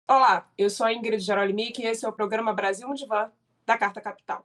Olá, eu sou a Ingrid Gerolimic e esse é o programa Brasil no Divã, da Carta Capital.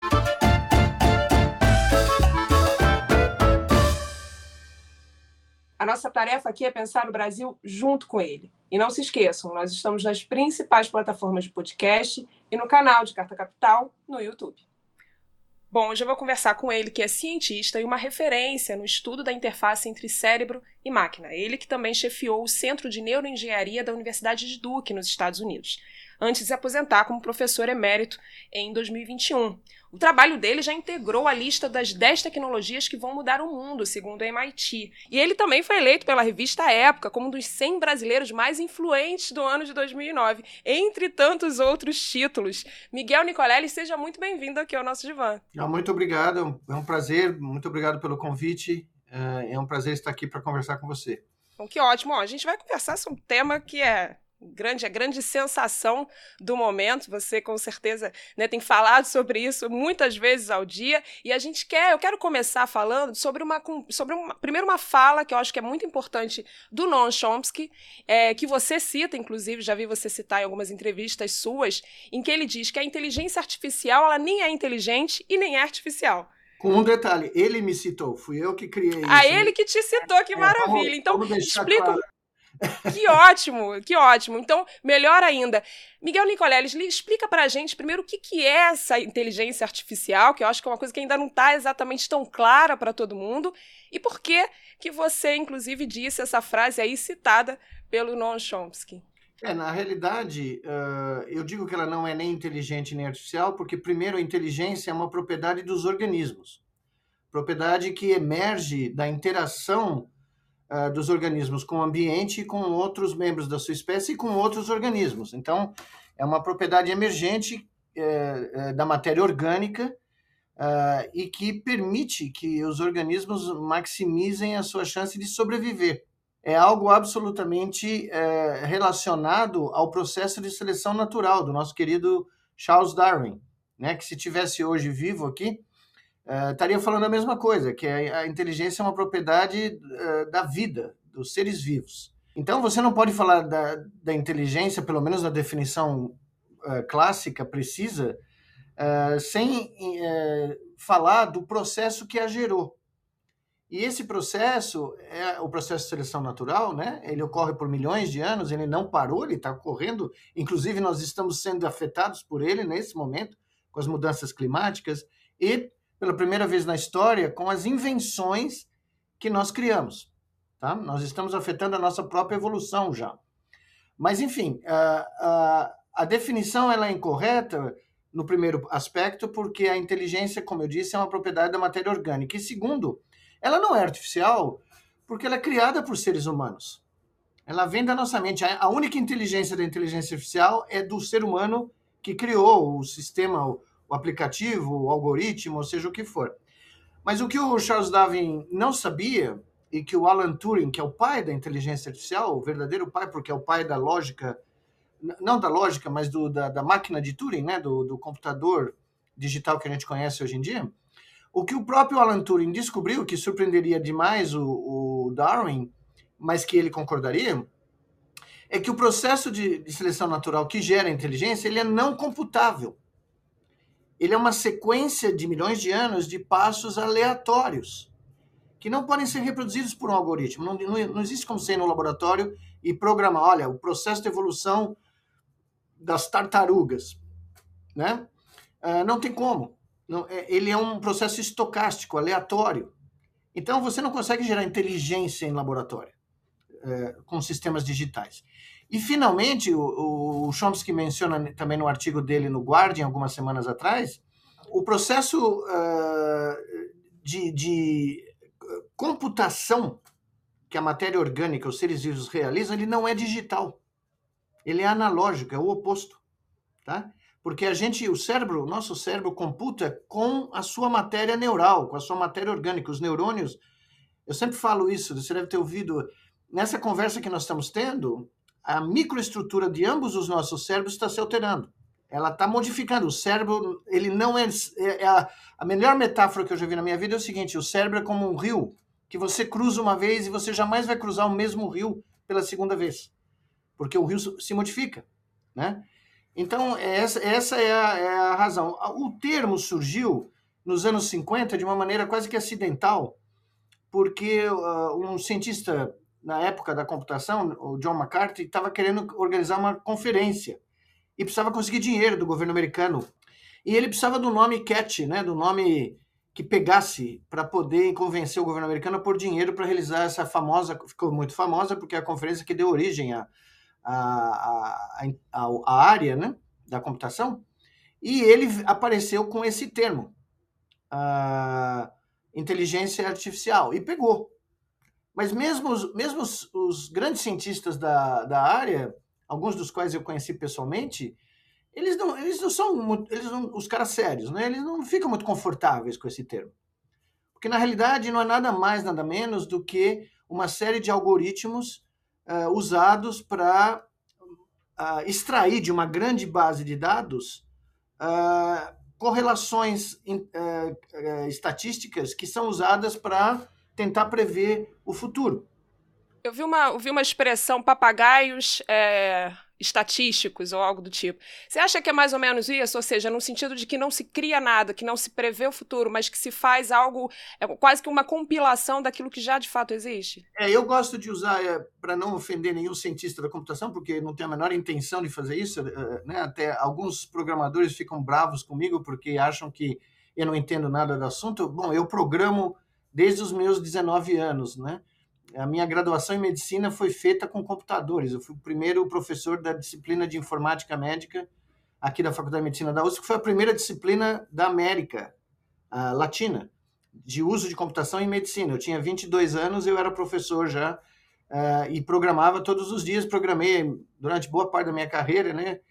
A nossa tarefa aqui é pensar o Brasil junto com ele. E não se esqueçam, nós estamos nas principais plataformas de podcast e no canal de Carta Capital no YouTube. Bom, hoje eu vou conversar com ele, que é cientista e uma referência no estudo da interface entre cérebro e máquina. Ele que também chefiou o Centro de Neuroengenharia da Universidade de Duke, nos Estados Unidos, antes de se aposentar como professor emérito em 2021. O trabalho dele já integrou a lista das 10 tecnologias que vão mudar o mundo, segundo o MIT. E ele também foi eleito pela revista Época como um dos 100 brasileiros mais influentes do ano de 2009, entre tantos outros títulos. Miguel Nicolelli, seja muito bem-vindo aqui ao nosso divã. Muito obrigado, é um prazer, muito obrigado pelo convite. É um prazer estar aqui para conversar com você. Bom, que ótimo. A gente vai conversar sobre um tema que é a grande sensação do momento. Você com certeza, né, tem falado sobre isso muitas vezes ao dia, e eu quero começar falando sobre primeiro uma fala que eu acho que é muito importante do Noam Chomsky, que você cita, inclusive, já vi você citar em algumas entrevistas suas, em que ele diz que a inteligência artificial ela nem é inteligente e nem é artificial. Com um detalhe, ele me citou, fui eu que criei isso. Ele que te citou, que maravilha. Vamos explica... Claro. Que ótimo, que ótimo. Então, melhor ainda. Miguel Nicolelli, explica pra gente primeiro o que é essa inteligência artificial, que eu acho que é uma coisa que ainda não está exatamente tão clara para todo mundo, e por que você, inclusive, disse essa frase aí citada pelo Noam Chomsky. Na realidade, eu digo que ela não é nem inteligente nem artificial, porque, primeiro, a inteligência é uma propriedade dos organismos. Propriedade que emerge da interação dos organismos com o ambiente e com outros membros da sua espécie e com outros organismos. Então, é uma propriedade emergente da matéria orgânica e que permite que os organismos maximizem a sua chance de sobreviver. É algo absolutamente relacionado ao processo de seleção natural do nosso querido Charles Darwin, né, que se tivesse hoje vivo aqui, estaria falando a mesma coisa, que a inteligência é uma propriedade da vida, dos seres vivos. Então, você não pode falar da inteligência, pelo menos na definição clássica, precisa, sem falar do processo que a gerou. E esse processo é o processo de seleção natural, né? Ele ocorre por milhões de anos, ele não parou, ele está ocorrendo. Inclusive, nós estamos sendo afetados por ele nesse momento, com as mudanças climáticas e, pela primeira vez na história, com as invenções que nós criamos. Tá? Nós estamos afetando a nossa própria evolução já. Mas, enfim, a definição ela é incorreta no primeiro aspecto, porque a inteligência, como eu disse, é uma propriedade da matéria orgânica. E, segundo, ela não é artificial porque ela é criada por seres humanos. Ela vem da nossa mente. A única inteligência da inteligência artificial é do ser humano que criou o sistema, o aplicativo, o algoritmo, ou seja, o que for. Mas o que o Charles Darwin não sabia, e que o Alan Turing, que é o pai da inteligência artificial, o verdadeiro pai, porque é o pai da lógica, não da lógica, mas da máquina de Turing, né, do computador digital que a gente conhece hoje em dia, o que o próprio Alan Turing descobriu, que surpreenderia demais o Darwin, mas que ele concordaria, é que o processo de seleção natural que gera a inteligência, ele é não computável. Ele é uma sequência de milhões de anos de passos aleatórios, que não podem ser reproduzidos por um algoritmo. Não existe como ser no laboratório e programar, olha, o processo de evolução das tartarugas, né? Não tem como. Ele é um processo estocástico, aleatório. Então, você não consegue gerar inteligência em laboratório com sistemas digitais. E, finalmente, o Chomsky menciona também no artigo dele no Guardian, algumas semanas atrás, o processo de computação que a matéria orgânica, os seres vivos realizam, ele não é digital. Ele é analógico, é o oposto. Tá? Porque o nosso cérebro computa com a sua matéria neural, com a sua matéria orgânica, os neurônios. Eu sempre falo isso, você deve ter ouvido. Nessa conversa que nós estamos tendo, a microestrutura de ambos os nossos cérebros está se alterando. Ela está modificando. O cérebro, ele não é... A melhor metáfora que eu já vi na minha vida é o seguinte, o cérebro é como um rio que você cruza uma vez e você jamais vai cruzar o mesmo rio pela segunda vez. Porque o rio se modifica. né? Então, essa é a razão. O termo surgiu nos anos 50 de uma maneira quase que acidental, porque um cientista na época da computação, o John McCarthy, estava querendo organizar uma conferência e precisava conseguir dinheiro do governo americano. E ele precisava do nome catchy, né, do nome que pegasse para poder convencer o governo americano a pôr dinheiro para realizar essa famosa, ficou muito famosa porque é a conferência que deu origem à área, né, da computação. E ele apareceu com esse termo, inteligência artificial, e pegou. Mas mesmo os grandes cientistas da área, alguns dos quais eu conheci pessoalmente, eles não são os caras sérios, né? Eles não ficam muito confortáveis com esse termo. Porque, na realidade, não é nada mais, nada menos do que uma série de algoritmos usados para extrair de uma grande base de dados correlações estatísticas que são usadas para tentar prever o futuro. Eu vi uma expressão papagaios estatísticos ou algo do tipo. Você acha que é mais ou menos isso? Ou seja, no sentido de que não se cria nada, que não se prevê o futuro, mas que se faz algo, quase que uma compilação daquilo que já de fato existe? Eu gosto de usar, para não ofender nenhum cientista da computação, porque não tenho a menor intenção de fazer isso, né? Até alguns programadores ficam bravos comigo porque acham que eu não entendo nada do assunto. Bom, eu programo desde os meus 19 anos, né? A minha graduação em medicina foi feita com computadores. Eu fui o primeiro professor da disciplina de informática médica aqui da Faculdade de Medicina da USP, que foi a primeira disciplina da América Latina de uso de computação em medicina. Eu tinha 22 anos, eu era professor já e programava todos os dias. Programei durante boa parte da minha carreira, né?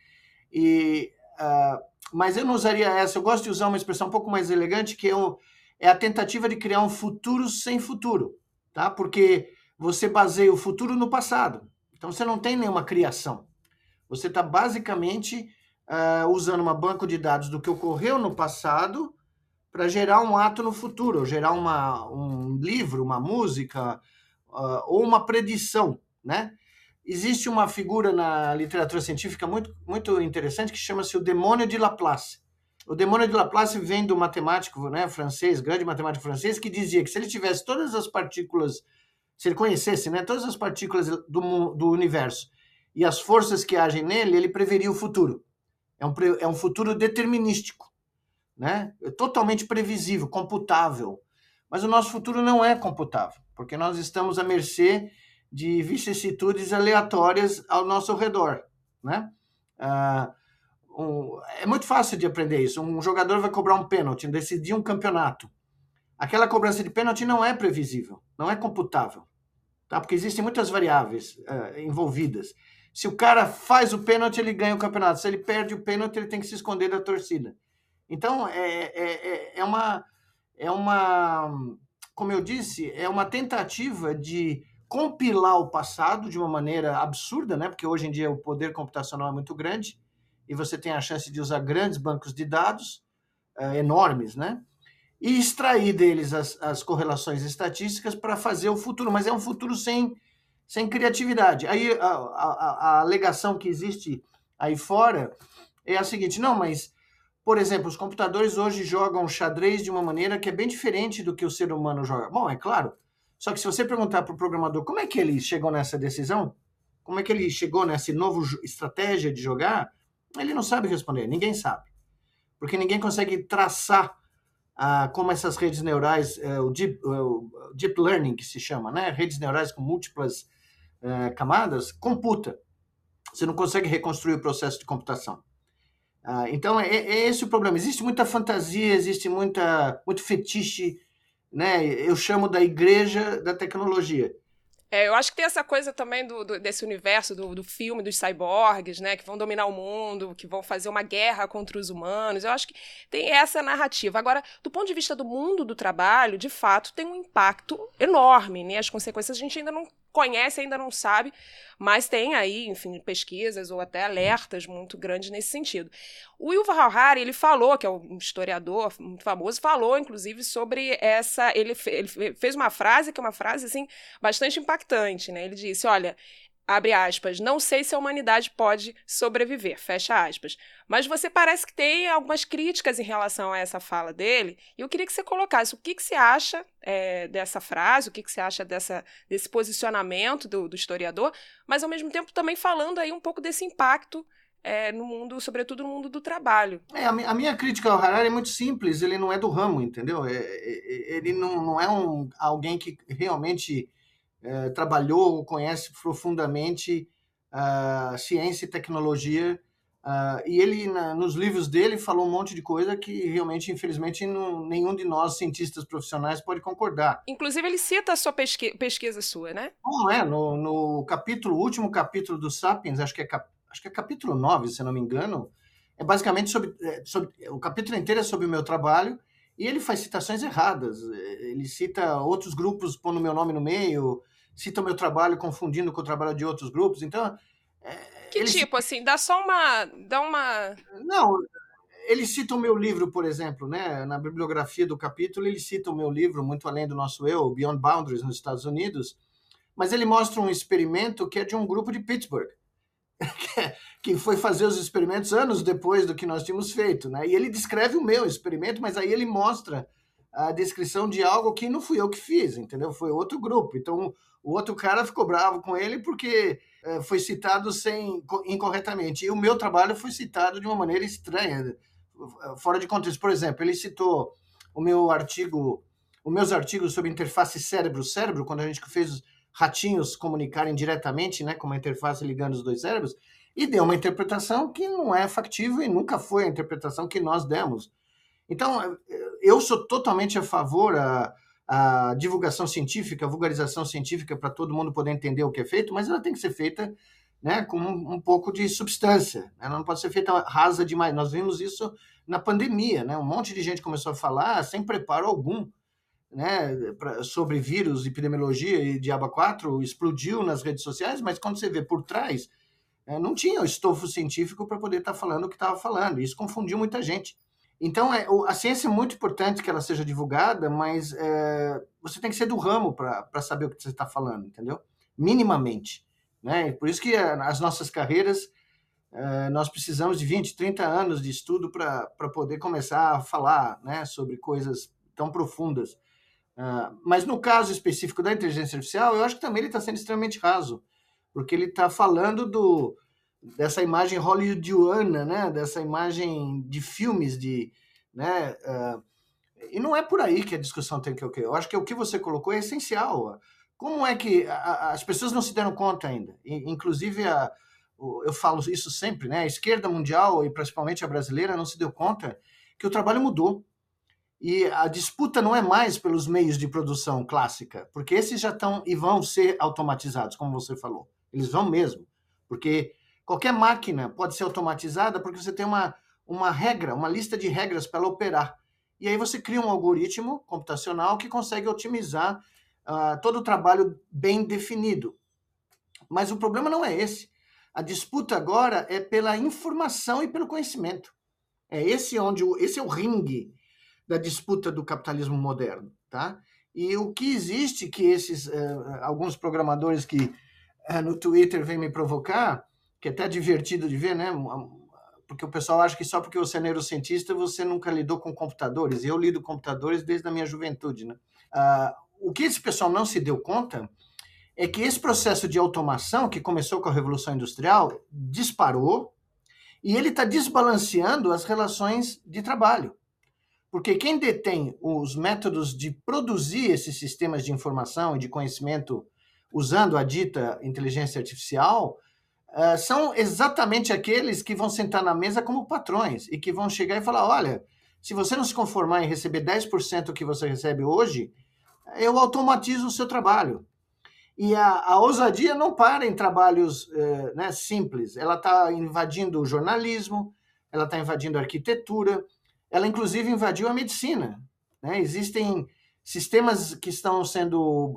Mas eu não usaria essa. Eu gosto de usar uma expressão um pouco mais elegante, que é a tentativa de criar um futuro sem futuro. Tá? Porque você baseia o futuro no passado. Então, você não tem nenhuma criação. Você está basicamente usando um banco de dados do que ocorreu no passado para gerar um ato no futuro, ou gerar um livro, uma música, ou uma predição, né? Existe uma figura na literatura científica muito, muito interessante que chama-se o demônio de Laplace. O demônio de Laplace vem do matemático, né, francês, grande matemático francês, que dizia que se ele tivesse todas as partículas, se ele conhecesse, né, todas as partículas do universo e as forças que agem nele, ele preveria o futuro. É um futuro determinístico, né? É totalmente previsível, computável. Mas o nosso futuro não é computável, porque nós estamos à mercê de vicissitudes aleatórias ao nosso redor, né? É muito fácil de aprender isso. Um jogador vai cobrar um pênalti, decidir um campeonato. Aquela cobrança de pênalti não é previsível, não é computável, tá? Porque existem muitas variáveis envolvidas. Se o cara faz o pênalti, ele ganha o campeonato. Se ele perde o pênalti, ele tem que se esconder da torcida. Então, como eu disse, é uma tentativa de compilar o passado de uma maneira absurda, né? Porque hoje em dia o poder computacional é muito grande e você tem a chance de usar grandes bancos de dados enormes, né? E extrair deles as correlações estatísticas para fazer o futuro, mas é um futuro sem criatividade. Aí a alegação que existe aí fora é a seguinte: não, mas, por exemplo, os computadores hoje jogam xadrez de uma maneira que é bem diferente do que o ser humano joga. Bom, é claro, só que se você perguntar para o programador como é que ele chegou nessa decisão, como é que ele chegou nessa nova estratégia de jogar, ele não sabe responder, ninguém sabe. Porque ninguém consegue traçar como essas redes neurais, o deep learning que se chama, né? Redes neurais com múltiplas camadas, computa. Você não consegue reconstruir o processo de computação. Então, é esse o problema. Existe muita fantasia, existe muito fetiche, né? Eu chamo da igreja da tecnologia. Eu acho que tem essa coisa também desse universo do filme dos cyborgs, né, que vão dominar o mundo, que vão fazer uma guerra contra os humanos. Eu acho que tem essa narrativa. Agora, do ponto de vista do mundo do trabalho, de fato, tem um impacto enorme, né? As consequências a gente ainda não conhece, ainda não sabe, mas tem aí, enfim, pesquisas ou até alertas muito grandes nesse sentido. O Yuval Harari, ele falou, que é um historiador muito famoso, falou, inclusive, sobre essa... Ele fez uma frase, que é uma frase, assim, bastante impactante, né? Ele disse, olha, abre aspas, não sei se a humanidade pode sobreviver, fecha aspas. Mas você parece que tem algumas críticas em relação a essa fala dele, e eu queria que você colocasse o que você acha dessa frase, o que você acha desse posicionamento do historiador, mas ao mesmo tempo também falando aí um pouco desse impacto no mundo, sobretudo no mundo do trabalho. A minha crítica ao Harari é muito simples, ele não é do ramo, entendeu? Ele não é alguém que realmente trabalhou ou conhece profundamente ciência e tecnologia, e ele, nos livros dele, falou um monte de coisa que realmente, infelizmente, nenhum de nós, cientistas profissionais, pode concordar. Inclusive, ele cita a sua pesquisa sua, né? Não é? No último capítulo do Sapiens, acho que é capítulo 9, se não me engano, é basicamente sobre o capítulo inteiro é sobre o meu trabalho, e ele faz citações erradas. Ele cita outros grupos pondo o meu nome no meio, cita o meu trabalho confundindo com o trabalho de outros grupos. Então, que tipo, assim, dá uma... Não, ele cita o meu livro, por exemplo, né? Na bibliografia do capítulo, ele cita o meu livro, Muito Além do Nosso Eu, Beyond Boundaries, nos Estados Unidos, mas ele mostra um experimento que é de um grupo de Pittsburgh, que foi fazer os experimentos anos depois do que nós tínhamos feito, né? E ele descreve o meu experimento, mas aí ele mostra a descrição de algo que não fui eu que fiz, entendeu? Foi outro grupo. Então, o outro cara ficou bravo com ele porque foi citado incorretamente. E o meu trabalho foi citado de uma maneira estranha, fora de contexto. Por exemplo, ele citou os meus artigos sobre interface cérebro-cérebro, quando a gente fez os ratinhos comunicarem diretamente, né, com uma interface ligando os dois cérebros, e deu uma interpretação que não é factível e nunca foi a interpretação que nós demos. Então, eu sou totalmente a favor a divulgação científica, a vulgarização científica para todo mundo poder entender o que é feito, mas ela tem que ser feita, né, com um pouco de substância. Ela não pode ser feita rasa demais. Nós vimos isso na pandemia, né? Um monte de gente começou a falar sem preparo algum, né, sobre vírus, epidemiologia e diabo 4, explodiu nas redes sociais, mas quando você vê por trás, não tinha o estofo científico para poder estar falando o que estava falando. Isso confundiu muita gente. Então, a ciência é muito importante que ela seja divulgada, mas você tem que ser do ramo para saber o que você está falando, entendeu? Minimamente. Né? Por isso que as nossas carreiras, nós precisamos de 20, 30 anos de estudo para poder começar a falar, né, sobre coisas tão profundas. Mas no caso específico da inteligência artificial, eu acho que também ele está sendo extremamente raso, porque ele está falando dessa imagem hollywoodiana, né? Dessa imagem de filmes, né? E não é por aí que a discussão tem que ocorrer. Eu acho que o que você colocou é essencial. Como é que as pessoas não se deram conta ainda? Inclusive, eu falo isso sempre, né? A esquerda mundial, e principalmente a brasileira, não se deu conta que o trabalho mudou. E a disputa não é mais pelos meios de produção clássica, porque esses já estão e vão ser automatizados, como você falou. Eles vão mesmo, porque qualquer máquina pode ser automatizada porque você tem uma regra, uma lista de regras para ela operar. E aí você cria um algoritmo computacional que consegue otimizar todo o trabalho bem definido. Mas o problema não é esse. A disputa agora é pela informação e pelo conhecimento. Esse é o ringue da disputa do capitalismo moderno, tá? E o que existe que alguns programadores que no Twitter vêm me provocar, que é até divertido de ver, né? Porque o pessoal acha que só porque você é neurocientista você nunca lidou com computadores. E eu lido com computadores desde a minha juventude, né? O que esse pessoal não se deu conta é que esse processo de automação, que começou com a Revolução Industrial, disparou e ele está desbalanceando as relações de trabalho. Porque quem detém os métodos de produzir esses sistemas de informação e de conhecimento usando a dita inteligência artificial são exatamente aqueles que vão sentar na mesa como patrões e que vão chegar e falar, olha, se você não se conformar em receber 10% do que você recebe hoje, eu automatizo o seu trabalho. E a ousadia não para em trabalhos né, simples. Ela está invadindo o jornalismo, ela está invadindo a arquitetura, ela inclusive invadiu a medicina. Né? Existem sistemas que estão sendo...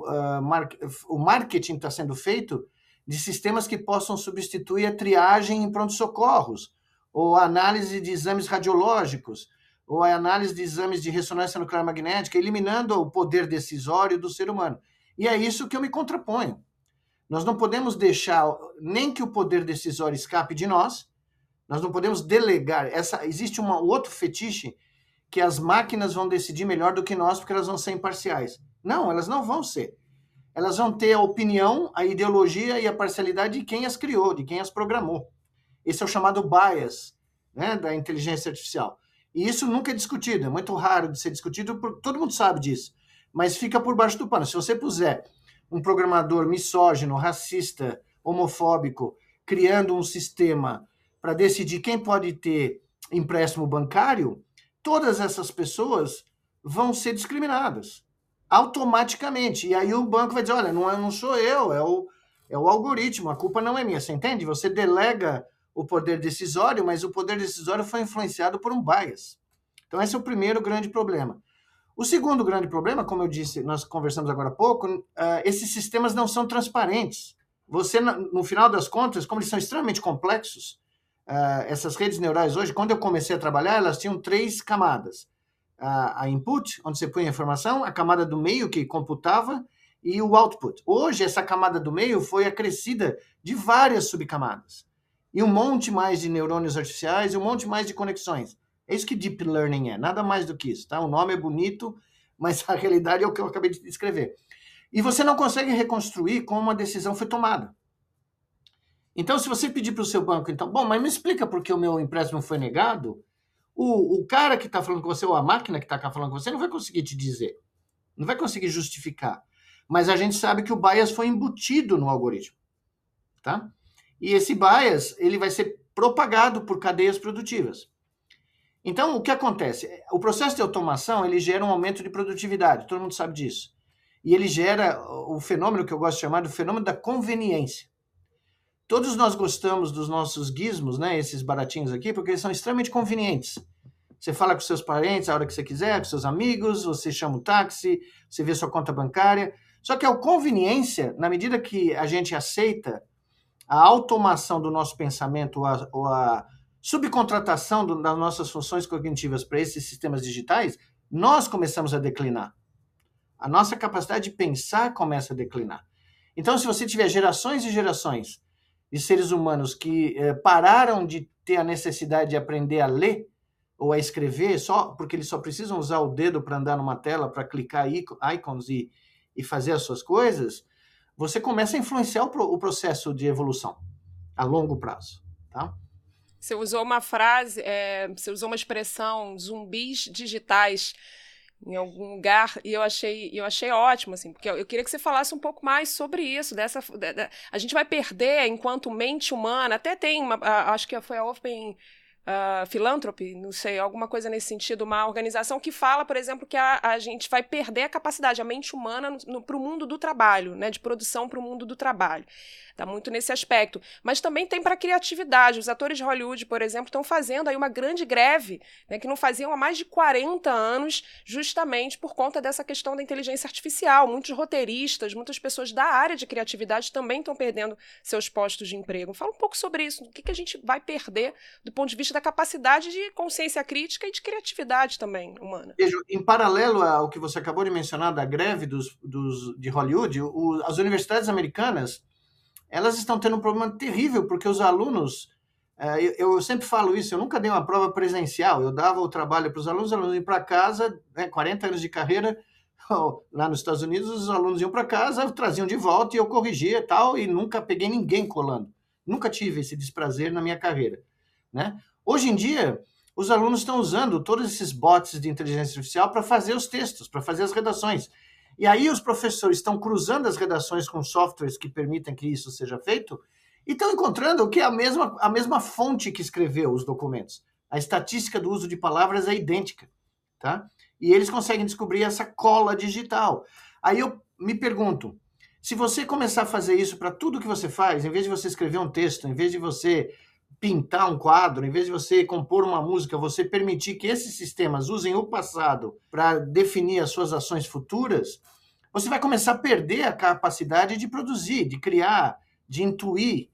o marketing está sendo feito de sistemas que possam substituir a triagem em pronto-socorros, ou a análise de exames radiológicos, ou a análise de exames de ressonância nuclear magnética, eliminando o poder decisório do ser humano. E é isso que eu me contraponho. Nós não podemos deixar nem que o poder decisório escape de nós, nós não podemos delegar. Existe um outro fetiche que as máquinas vão decidir melhor do que nós porque elas vão ser imparciais. Não, elas não vão ser. Elas vão ter a opinião, a ideologia e a parcialidade de quem as criou, de quem as programou. Esse é o chamado bias, né, da inteligência artificial. E isso nunca é discutido, é muito raro de ser discutido, porque todo mundo sabe disso, mas fica por baixo do pano. Se você puser um programador misógino, racista, homofóbico, criando um sistema para decidir quem pode ter empréstimo bancário, todas essas pessoas vão ser discriminadas automaticamente. E aí o banco vai dizer, olha, não sou eu, é o algoritmo, a culpa não é minha. Você entende? Você delega o poder decisório, mas o poder decisório foi influenciado por um bias. Então esse é o primeiro grande problema. O segundo grande problema, como eu disse, nós conversamos agora há pouco, esses sistemas não são transparentes. Você, no final das contas, como eles são extremamente complexos, essas redes neurais hoje, quando eu comecei a trabalhar, elas tinham 3 camadas. A input, onde você põe a informação, a camada do meio, que computava, e o output. Hoje, essa camada do meio foi acrescida de várias subcamadas. E um monte mais de neurônios artificiais, e um monte mais de conexões. É isso que Deep Learning é, nada mais do que isso. Tá? O nome é bonito, mas a realidade é o que eu acabei de descrever. E você não consegue reconstruir como uma decisão foi tomada. Então, se você pedir para o seu banco, então, bom, mas me explica por que o meu empréstimo foi negado, o cara que está falando com você, ou a máquina que está falando com você, não vai conseguir te dizer. Não vai conseguir justificar. Mas a gente sabe que o bias foi embutido no algoritmo. Tá? E esse bias, ele vai ser propagado por cadeias produtivas. Então, o que acontece? O processo de automação, ele gera um aumento de produtividade, todo mundo sabe disso. E ele gera o fenômeno que eu gosto de chamar de fenômeno da conveniência. Todos nós gostamos dos nossos gizmos, né, esses baratinhos aqui, porque eles são extremamente convenientes. Você fala com seus parentes a hora que você quiser, com seus amigos, você chama o táxi, você vê sua conta bancária. Só que a conveniência, na medida que a gente aceita a automação do nosso pensamento ou a subcontratação das nossas funções cognitivas para esses sistemas digitais, nós começamos a declinar. A nossa capacidade de pensar começa a declinar. Então, se você tiver gerações e gerações de seres humanos que pararam de ter a necessidade de aprender a ler ou a escrever, só porque eles só precisam usar o dedo para andar numa tela, para clicar icons e fazer as suas coisas, você começa a influenciar o processo de evolução a longo prazo. Tá? Você usou uma frase, você usou uma expressão, zumbis digitais, em algum lugar, e eu achei ótimo, assim, porque eu queria que você falasse um pouco mais sobre isso, a gente vai perder, enquanto mente humana, até tem acho que foi a Open Philanthropy, não sei, alguma coisa nesse sentido, uma organização que fala, por exemplo, que a gente vai perder a capacidade, a mente humana para o mundo do trabalho, né, de produção para o mundo do trabalho. Está muito nesse aspecto. Mas também tem para a criatividade. Os atores de Hollywood, por exemplo, estão fazendo aí uma grande greve, né, que não faziam há mais de 40 anos, justamente por conta dessa questão da inteligência artificial. Muitos roteiristas, muitas pessoas da área de criatividade também estão perdendo seus postos de emprego. Fala um pouco sobre isso. O que a gente vai perder do ponto de vista da capacidade de consciência crítica e de criatividade também humana? Em paralelo ao que você acabou de mencionar da greve de Hollywood, as universidades americanas, elas estão tendo um problema terrível, porque os alunos, eu sempre falo isso, eu nunca dei uma prova presencial, eu dava o trabalho para os alunos iam para casa, 40 anos de carreira, lá nos Estados Unidos, os alunos iam para casa, traziam de volta e eu corrigia e tal, e nunca peguei ninguém colando. Nunca tive esse desprazer na minha carreira. Né? Hoje em dia, os alunos estão usando todos esses bots de inteligência artificial para fazer os textos, para fazer as redações. E aí os professores estão cruzando as redações com softwares que permitem que isso seja feito e estão encontrando que é a mesma fonte que escreveu os documentos. A estatística do uso de palavras é idêntica. Tá? E eles conseguem descobrir essa cola digital. Aí eu me pergunto, se você começar a fazer isso para tudo que você faz, em vez de você escrever um texto, em vez de você pintar um quadro, em vez de você compor uma música, você permitir que esses sistemas usem o passado para definir as suas ações futuras, você vai começar a perder a capacidade de produzir, de criar, de intuir,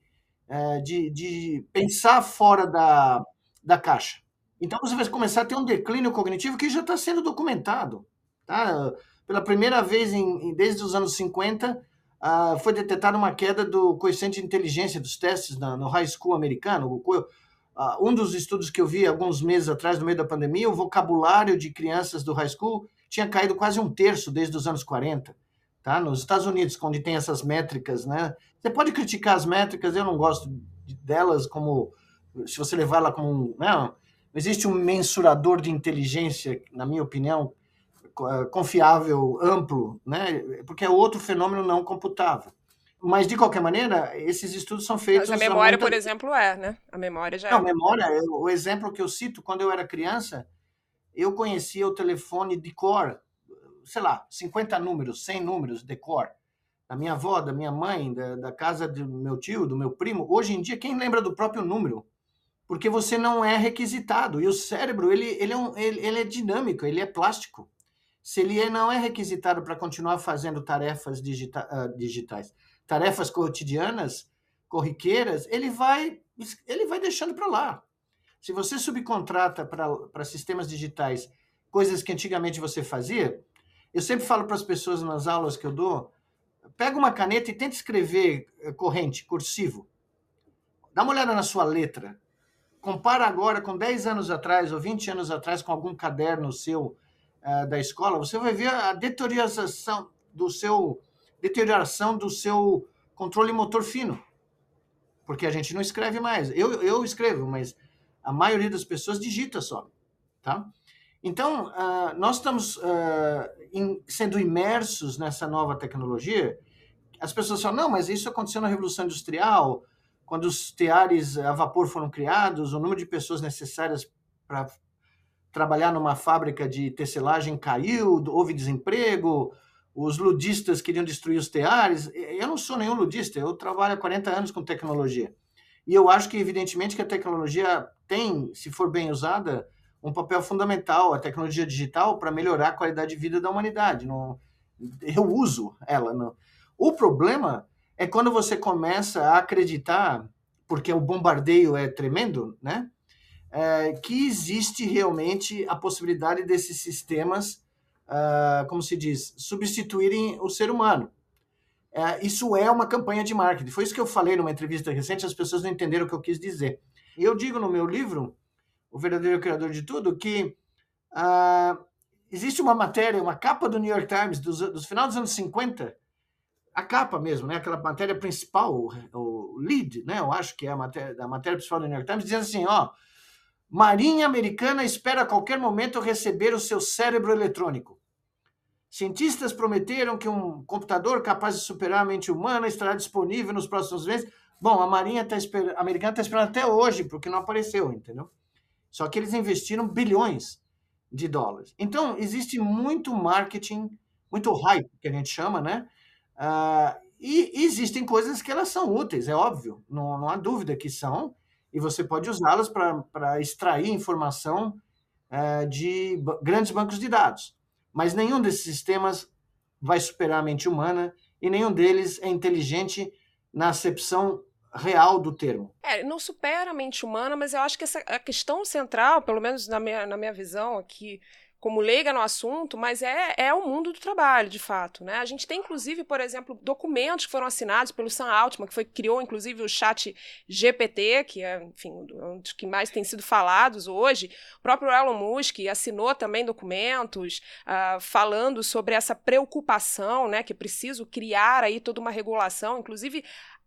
de pensar fora da caixa. Então, você vai começar a ter um declínio cognitivo que já está sendo documentado. Tá? Pela primeira vez desde os anos 50, foi detectada uma queda do coeficiente de inteligência dos testes no high school americano. Um dos estudos que eu vi alguns meses atrás, no meio da pandemia, o vocabulário de crianças do high school tinha caído quase 1/3 desde os anos 40. Tá? Nos Estados Unidos, onde tem essas métricas, né? Você pode criticar as métricas, eu não gosto delas como, se você levar ela como não existe um mensurador de inteligência, na minha opinião, confiável, amplo, né? Porque é outro fenômeno não computável. Mas, de qualquer maneira, esses estudos são feitos... Mas a memória, por exemplo, né? A memória já Não, memória, o exemplo que eu cito, quando eu era criança, eu conhecia o telefone de cor, sei lá, 50 números, 100 números de cor. Da minha avó, da minha mãe, da casa do meu tio, do meu primo. Hoje em dia, quem lembra do próprio número? Porque você não é requisitado. E o cérebro, ele é dinâmico, ele é plástico. Se ele não é requisitado para continuar fazendo tarefas digitais, tarefas cotidianas, corriqueiras, ele vai deixando para lá. Se você subcontrata para sistemas digitais coisas que antigamente você fazia, eu sempre falo para as pessoas nas aulas que eu dou, pega uma caneta e tenta escrever corrente, cursivo. Dá uma olhada na sua letra. Compara agora com 10 anos atrás ou 20 anos atrás com algum caderno seu da escola, você vai ver a deterioração do seu controle motor fino. Porque a gente não escreve mais. Eu escrevo, mas a maioria das pessoas digita só. Tá? Então, nós estamos sendo imersos nessa nova tecnologia. As pessoas falam, não, mas isso aconteceu na Revolução Industrial, quando os teares a vapor foram criados, o número de pessoas necessárias para trabalhar numa fábrica de tecelagem caiu, houve desemprego, os ludistas queriam destruir os teares. Eu não sou nenhum ludista, eu trabalho há 40 anos com tecnologia. E eu acho que, evidentemente, que a tecnologia tem, se for bem usada, um papel fundamental, a tecnologia digital, para melhorar a qualidade de vida da humanidade. Eu uso ela. Não. O problema é quando você começa a acreditar, porque o bombardeio é tremendo, né? Que existe realmente a possibilidade desses sistemas, como se diz, substituírem o ser humano. Isso é uma campanha de marketing. Foi isso que eu falei numa entrevista recente, as pessoas não entenderam o que eu quis dizer. Eu digo no meu livro, O Verdadeiro Criador de Tudo, que existe uma matéria, uma capa do New York Times dos final dos anos 50, a capa mesmo, né? Aquela matéria principal, o lead, né? Eu acho que é a matéria principal do New York Times, dizendo assim, Marinha Americana espera a qualquer momento receber o seu cérebro eletrônico. Cientistas prometeram que um computador capaz de superar a mente humana estará disponível nos próximos meses. Bom, a Marinha Americana está esperando até hoje, porque não apareceu, entendeu? Só que eles investiram bilhões de dólares. Então, existe muito marketing, muito hype, que a gente chama, né? E existem coisas que elas são úteis, é óbvio, não há dúvida que são, e você pode usá-las para extrair informação de grandes bancos de dados. Mas nenhum desses sistemas vai superar a mente humana e nenhum deles é inteligente na acepção real do termo. Não supera a mente humana, mas eu acho que a questão central, pelo menos na minha visão aqui, como leiga no assunto, mas é o mundo do trabalho, de fato, né? A gente tem, inclusive, por exemplo, documentos que foram assinados pelo Sam Altman, que criou, inclusive, o chat GPT, que é, enfim, um dos que mais tem sido falados hoje. O próprio Elon Musk assinou também documentos falando sobre essa preocupação, né, que é preciso criar aí toda uma regulação, inclusive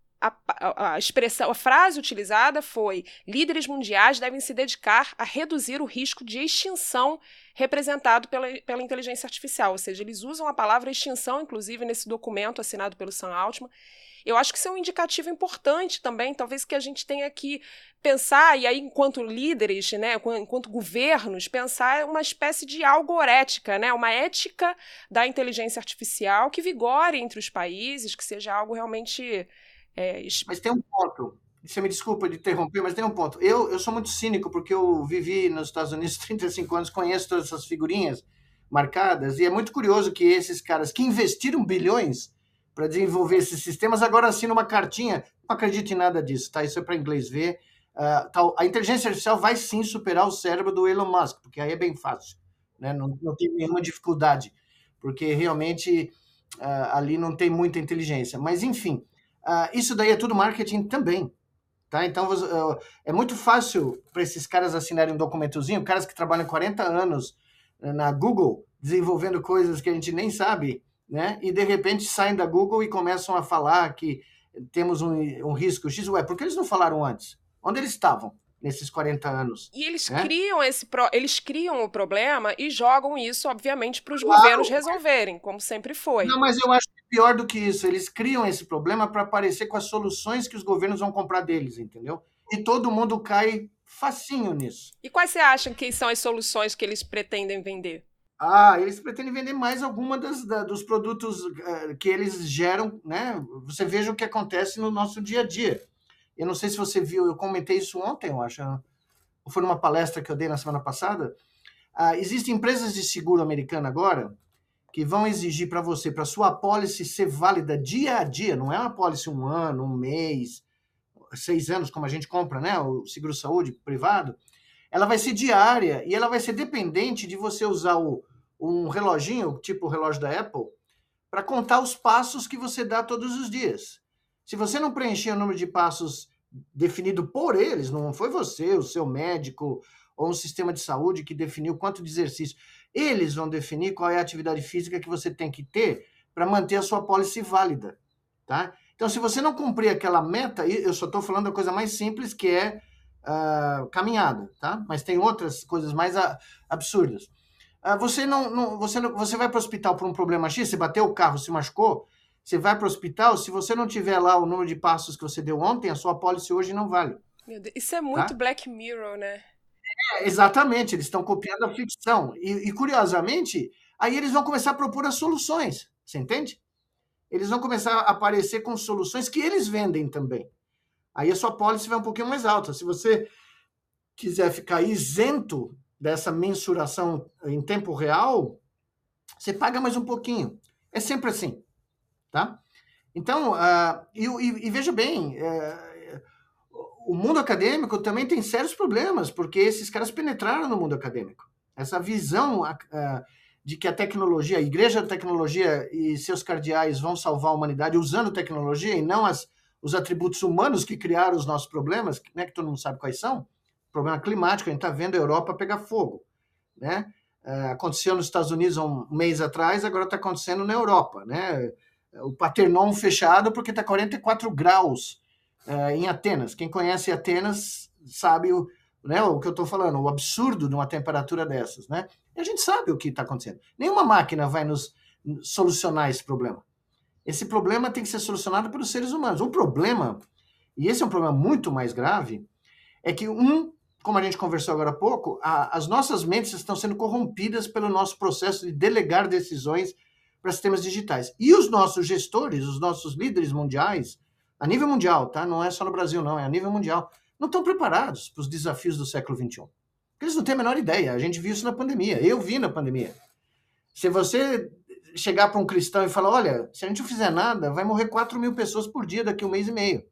a frase utilizada foi: líderes mundiais devem se dedicar a reduzir o risco de extinção representado pela inteligência artificial. Ou seja, eles usam a palavra extinção, inclusive, nesse documento assinado pelo Sam Altman. Eu acho que isso é um indicativo importante também, talvez que a gente tenha que pensar, e aí enquanto líderes, né, enquanto governos, pensar uma espécie de algorética, né, uma ética da inteligência artificial que vigore entre os países, que seja algo realmente... Mas tem um ponto, você me desculpa de interromper, mas tem um ponto. Eu sou muito cínico porque eu vivi nos Estados Unidos 35 anos, conheço todas essas figurinhas marcadas, e é muito curioso que esses caras que investiram bilhões para desenvolver esses sistemas agora assinam uma cartinha. Não acredito em nada disso, tá? Isso é para inglês ver. A inteligência artificial vai sim superar o cérebro do Elon Musk, porque aí é bem fácil, né? Não tem nenhuma dificuldade, porque realmente ali não tem muita inteligência. Mas, enfim, isso daí é tudo marketing também. Tá? Então, é muito fácil para esses caras assinarem um documentozinho, caras que trabalham 40 anos na Google, desenvolvendo coisas que a gente nem sabe, né? E, de repente, saem da Google e começam a falar que temos um risco X. Ué, por que eles não falaram antes? Onde eles estavam nesses 40 anos? E eles Né? eles criam o problema e jogam isso, obviamente, para os governos Claro. resolverem, como sempre foi. Não, mas eu acho que pior do que isso. Eles criam esse problema para aparecer com as soluções que os governos vão comprar deles, entendeu? E todo mundo cai facinho nisso. E quais você acha que são as soluções que eles pretendem vender? Eles pretendem vender mais alguma dos produtos que eles geram, né? Você veja o que acontece no nosso dia a dia. Eu não sei se você viu, eu comentei isso ontem, eu acho, ou foi numa palestra que eu dei na semana passada. Existem empresas de seguro americana agora que vão exigir para você, para sua apólice ser válida dia a dia, não é uma apólice um ano, um mês, 6 anos, como a gente compra, né? O seguro-saúde privado, ela vai ser diária e ela vai ser dependente de você usar um reloginho, tipo o relógio da Apple, para contar os passos que você dá todos os dias. Se você não preencher o número de passos definido por eles, não foi você, o seu médico ou um sistema de saúde que definiu quanto de exercício, eles vão definir qual é a atividade física que você tem que ter para manter a sua apólice válida, tá? Então, se você não cumprir aquela meta, eu só estou falando da coisa mais simples, que é caminhada, tá? Mas tem outras coisas mais absurdas. Você vai para o hospital por um problema X, você bateu o carro, se machucou, você vai para o hospital, se você não tiver lá o número de passos que você deu ontem, a sua apólice hoje não vale. Meu Deus, isso é muito Tá? Black Mirror, né? Exatamente, eles estão copiando a ficção. Curiosamente, aí eles vão começar a propor as soluções, você entende? Eles vão começar a aparecer com soluções que eles vendem também. Aí a sua apólice vai um pouquinho mais alta. Se você quiser ficar isento dessa mensuração em tempo real, você paga mais um pouquinho. É sempre assim, tá? Então, veja bem, o mundo acadêmico também tem sérios problemas, porque esses caras penetraram no mundo acadêmico. Essa visão de que a tecnologia, a igreja da tecnologia e seus cardeais vão salvar a humanidade usando tecnologia e não os atributos humanos que criaram os nossos problemas, né, que todo mundo sabe quais são. Problema climático, a gente está vendo a Europa pegar fogo. Né? Aconteceu nos Estados Unidos há um mês atrás, agora está acontecendo na Europa. Né? O Partenon fechado porque está 44 graus em Atenas. Quem conhece Atenas sabe o que eu estou falando, o absurdo de uma temperatura dessas. Né? E a gente sabe o que está acontecendo. Nenhuma máquina vai nos solucionar esse problema. Esse problema tem que ser solucionado pelos seres humanos. O problema, e esse é um problema muito mais grave, é que como a gente conversou agora há pouco, as nossas mentes estão sendo corrompidas pelo nosso processo de delegar decisões para sistemas digitais. E os nossos gestores, os nossos líderes mundiais, a nível mundial, tá? Não é só no Brasil, não, é a nível mundial, não estão preparados para os desafios do século XXI. Eles não têm a menor ideia. A gente viu isso na pandemia. Eu vi na pandemia. Se você chegar para um cristão e falar, olha, se a gente não fizer nada, vai morrer 4 mil pessoas por dia daqui a 1 mês e meio.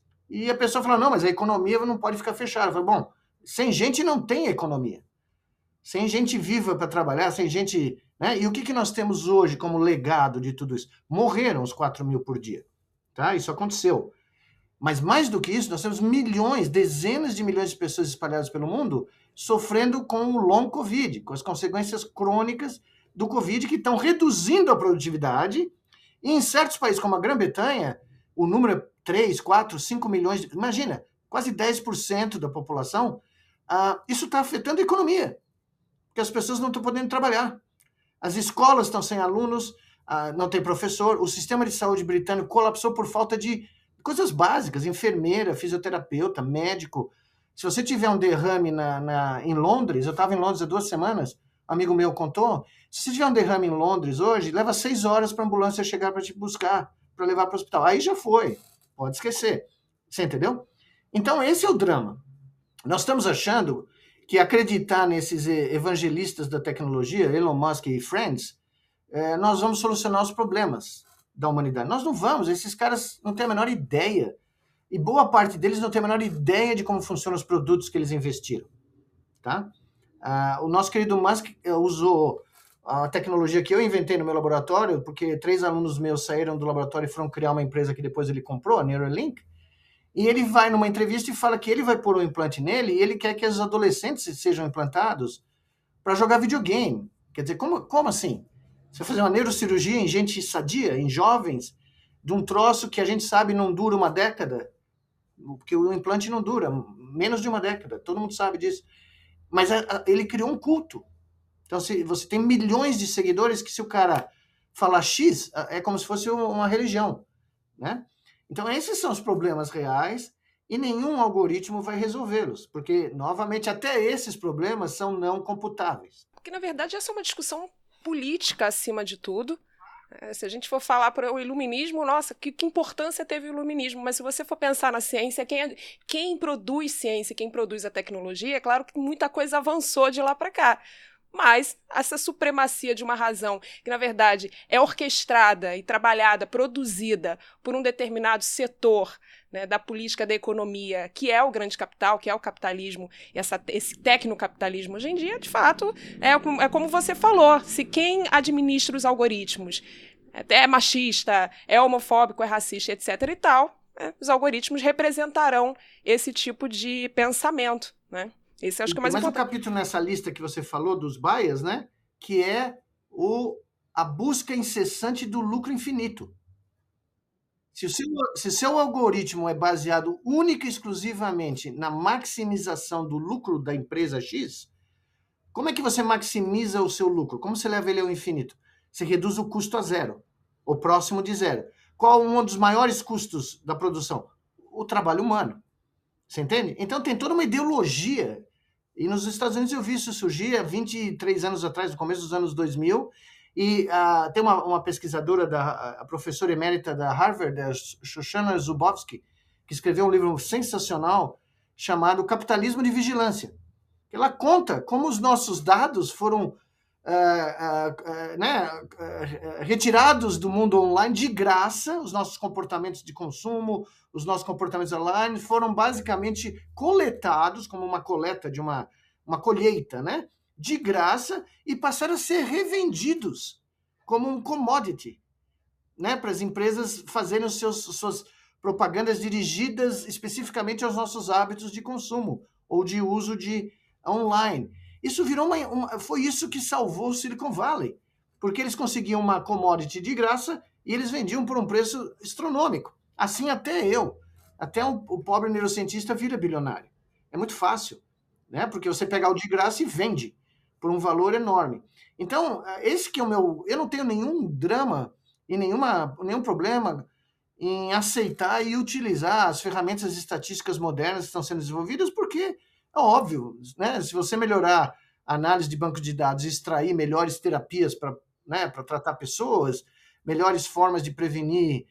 E a pessoa fala, não, mas a economia não pode ficar fechada. Eu falo, bom, sem gente não tem economia. Sem gente viva para trabalhar, sem gente... Né? E o que nós temos hoje como legado de tudo isso? Morreram os 4 mil por dia. Tá? Isso aconteceu. Mas mais do que isso, nós temos milhões, dezenas de milhões de pessoas espalhadas pelo mundo sofrendo com o long Covid, com as consequências crônicas do Covid, que estão reduzindo a produtividade. E em certos países, como a Grã-Bretanha, o número é 3, 4, 5 milhões, imagina, quase 10% da população, isso está afetando a economia, porque as pessoas não estão podendo trabalhar. As escolas estão sem alunos, não tem professor, o sistema de saúde britânico colapsou por falta de coisas básicas, enfermeira, fisioterapeuta, médico. Se você tiver um derrame em Londres, eu estava em Londres há 2 semanas, um amigo meu contou, se você tiver um derrame em Londres hoje, leva 6 horas para a ambulância chegar para te buscar, para levar para o hospital. Aí já foi, pode esquecer. Você entendeu? Então, esse é o drama. Nós estamos achando que acreditar nesses evangelistas da tecnologia, Elon Musk e Friends, nós vamos solucionar os problemas da humanidade. Nós não vamos, esses caras não têm a menor ideia. E boa parte deles não tem a menor ideia de como funcionam os produtos que eles investiram. Tá? O nosso querido Musk usou a tecnologia que eu inventei no meu laboratório, porque 3 alunos meus saíram do laboratório e foram criar uma empresa que depois ele comprou, a Neuralink, e ele vai numa entrevista e fala que ele vai pôr um implante nele e ele quer que os adolescentes sejam implantados para jogar videogame. Quer dizer, como assim? Você vai fazer uma neurocirurgia em gente sadia, em jovens, de um troço que a gente sabe não dura uma década, porque o implante não dura menos de uma década, todo mundo sabe disso. Mas ele criou um culto. Então, se você tem milhões de seguidores que se o cara falar X, é como se fosse uma religião, né? Então, esses são os problemas reais e nenhum algoritmo vai resolvê-los, porque, novamente, até esses problemas são não computáveis. Porque, na verdade, essa é uma discussão política acima de tudo. Se a gente for falar para o iluminismo, nossa, que importância teve o iluminismo, mas se você for pensar na ciência, quem produz ciência, quem produz a tecnologia, é claro que muita coisa avançou de lá para cá. Mas essa supremacia de uma razão que, na verdade, é orquestrada e trabalhada, produzida por um determinado setor, né, da política da economia, que é o grande capital, que é o capitalismo, esse tecnocapitalismo, hoje em dia, de fato, é como você falou, se quem administra os algoritmos é machista, é homofóbico, é racista, etc. e tal, os algoritmos representarão esse tipo de pensamento, né? Esse acho que é mais importante. Um capítulo nessa lista que você falou dos bias, né? Que é a busca incessante do lucro infinito. Se o seu algoritmo é baseado única e exclusivamente na maximização do lucro da empresa X, como é que você maximiza o seu lucro? Como você leva ele ao infinito? Você reduz o custo a zero, ou próximo de zero. Qual um dos maiores custos da produção? O trabalho humano. Você entende? Então tem toda uma ideologia. E nos Estados Unidos eu vi isso surgir há 23 anos atrás, no começo dos anos 2000, e tem uma pesquisadora, a professora emérita da Harvard, a Shoshana Zuboffsky, que escreveu um livro sensacional chamado Capitalismo de Vigilância. Ela conta como os nossos dados foram retirados do mundo online de graça, os nossos comportamentos de consumo, os nossos comportamentos online foram basicamente coletados como uma coleta de uma colheita, né? De graça, e passaram a ser revendidos como um commodity, né? Para as empresas fazerem suas propagandas dirigidas especificamente aos nossos hábitos de consumo ou de uso de online. Isso virou foi isso que salvou o Silicon Valley, porque eles conseguiam uma commodity de graça e eles vendiam por um preço astronômico. Assim até o pobre neurocientista vira bilionário. É muito fácil, né? Porque você pega o de graça e vende por um valor enorme. Então, esse que é o meu... Eu não tenho nenhum drama e nenhum problema em aceitar e utilizar as ferramentas estatísticas modernas que estão sendo desenvolvidas, porque é óbvio, né? Se você melhorar a análise de banco de dados e extrair melhores terapias para tratar pessoas, melhores formas de prevenir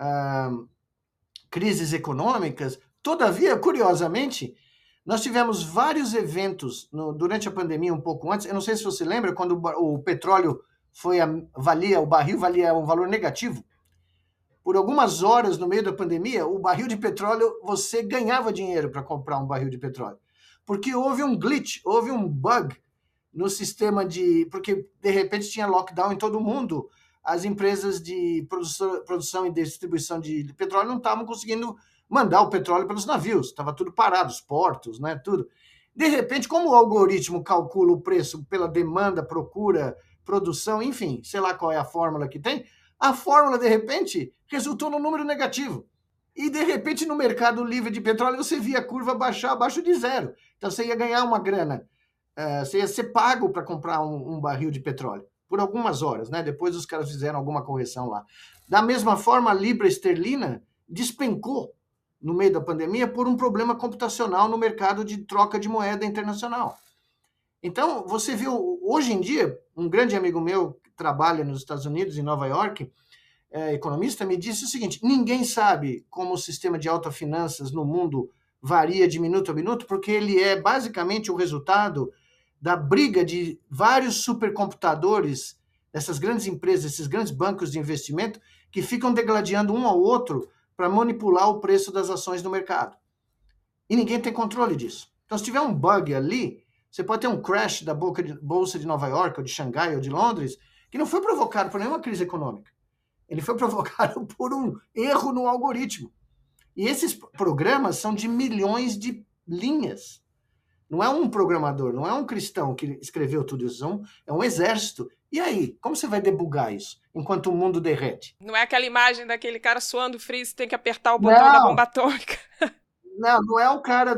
crises econômicas. Todavia, curiosamente, nós tivemos vários eventos durante a pandemia, um pouco antes. Eu não sei se você lembra, quando o petróleo o barril valia um valor negativo. Por algumas horas no meio da pandemia, o barril de petróleo, você ganhava dinheiro para comprar um barril de petróleo. Porque houve um glitch, houve um bug no sistema porque de repente tinha lockdown em todo o mundo. As empresas de produção e distribuição de petróleo não estavam conseguindo mandar o petróleo pelos navios, estava tudo parado, os portos, né, tudo. De repente, como o algoritmo calcula o preço pela demanda, procura, produção, enfim, sei lá qual é a fórmula que tem, a fórmula, de repente, resultou num número negativo. E, de repente, no mercado livre de petróleo, você via a curva baixar abaixo de zero. Então, você ia ganhar uma grana. Você ia ser pago para comprar um barril de petróleo por algumas horas, né? Depois os caras fizeram alguma correção lá. Da mesma forma, a libra esterlina despencou no meio da pandemia por um problema computacional no mercado de troca de moeda internacional. Então, você viu, hoje em dia, um grande amigo meu que trabalha nos Estados Unidos, em Nova York, economista, me disse o seguinte: ninguém sabe como o sistema de alta finanças no mundo varia de minuto a minuto, porque ele é basicamente o resultado da briga de vários supercomputadores, dessas grandes empresas, esses grandes bancos de investimento, que ficam degladiando um ao outro para manipular o preço das ações no mercado. E ninguém tem controle disso. Então, se tiver um bug ali, Você pode ter um crash da Bolsa de Nova York, ou de Xangai, ou de Londres, que não foi provocado por nenhuma crise econômica. Ele foi provocado por um erro no algoritmo. E esses programas são de milhões de linhas. Não é um programador, não é um cristão que escreveu tudo isso, é um exército. E aí, como você vai debugar isso enquanto o mundo derrete? Não é aquela imagem daquele cara suando frio, você tem que apertar o botão da bomba atômica. Não é o cara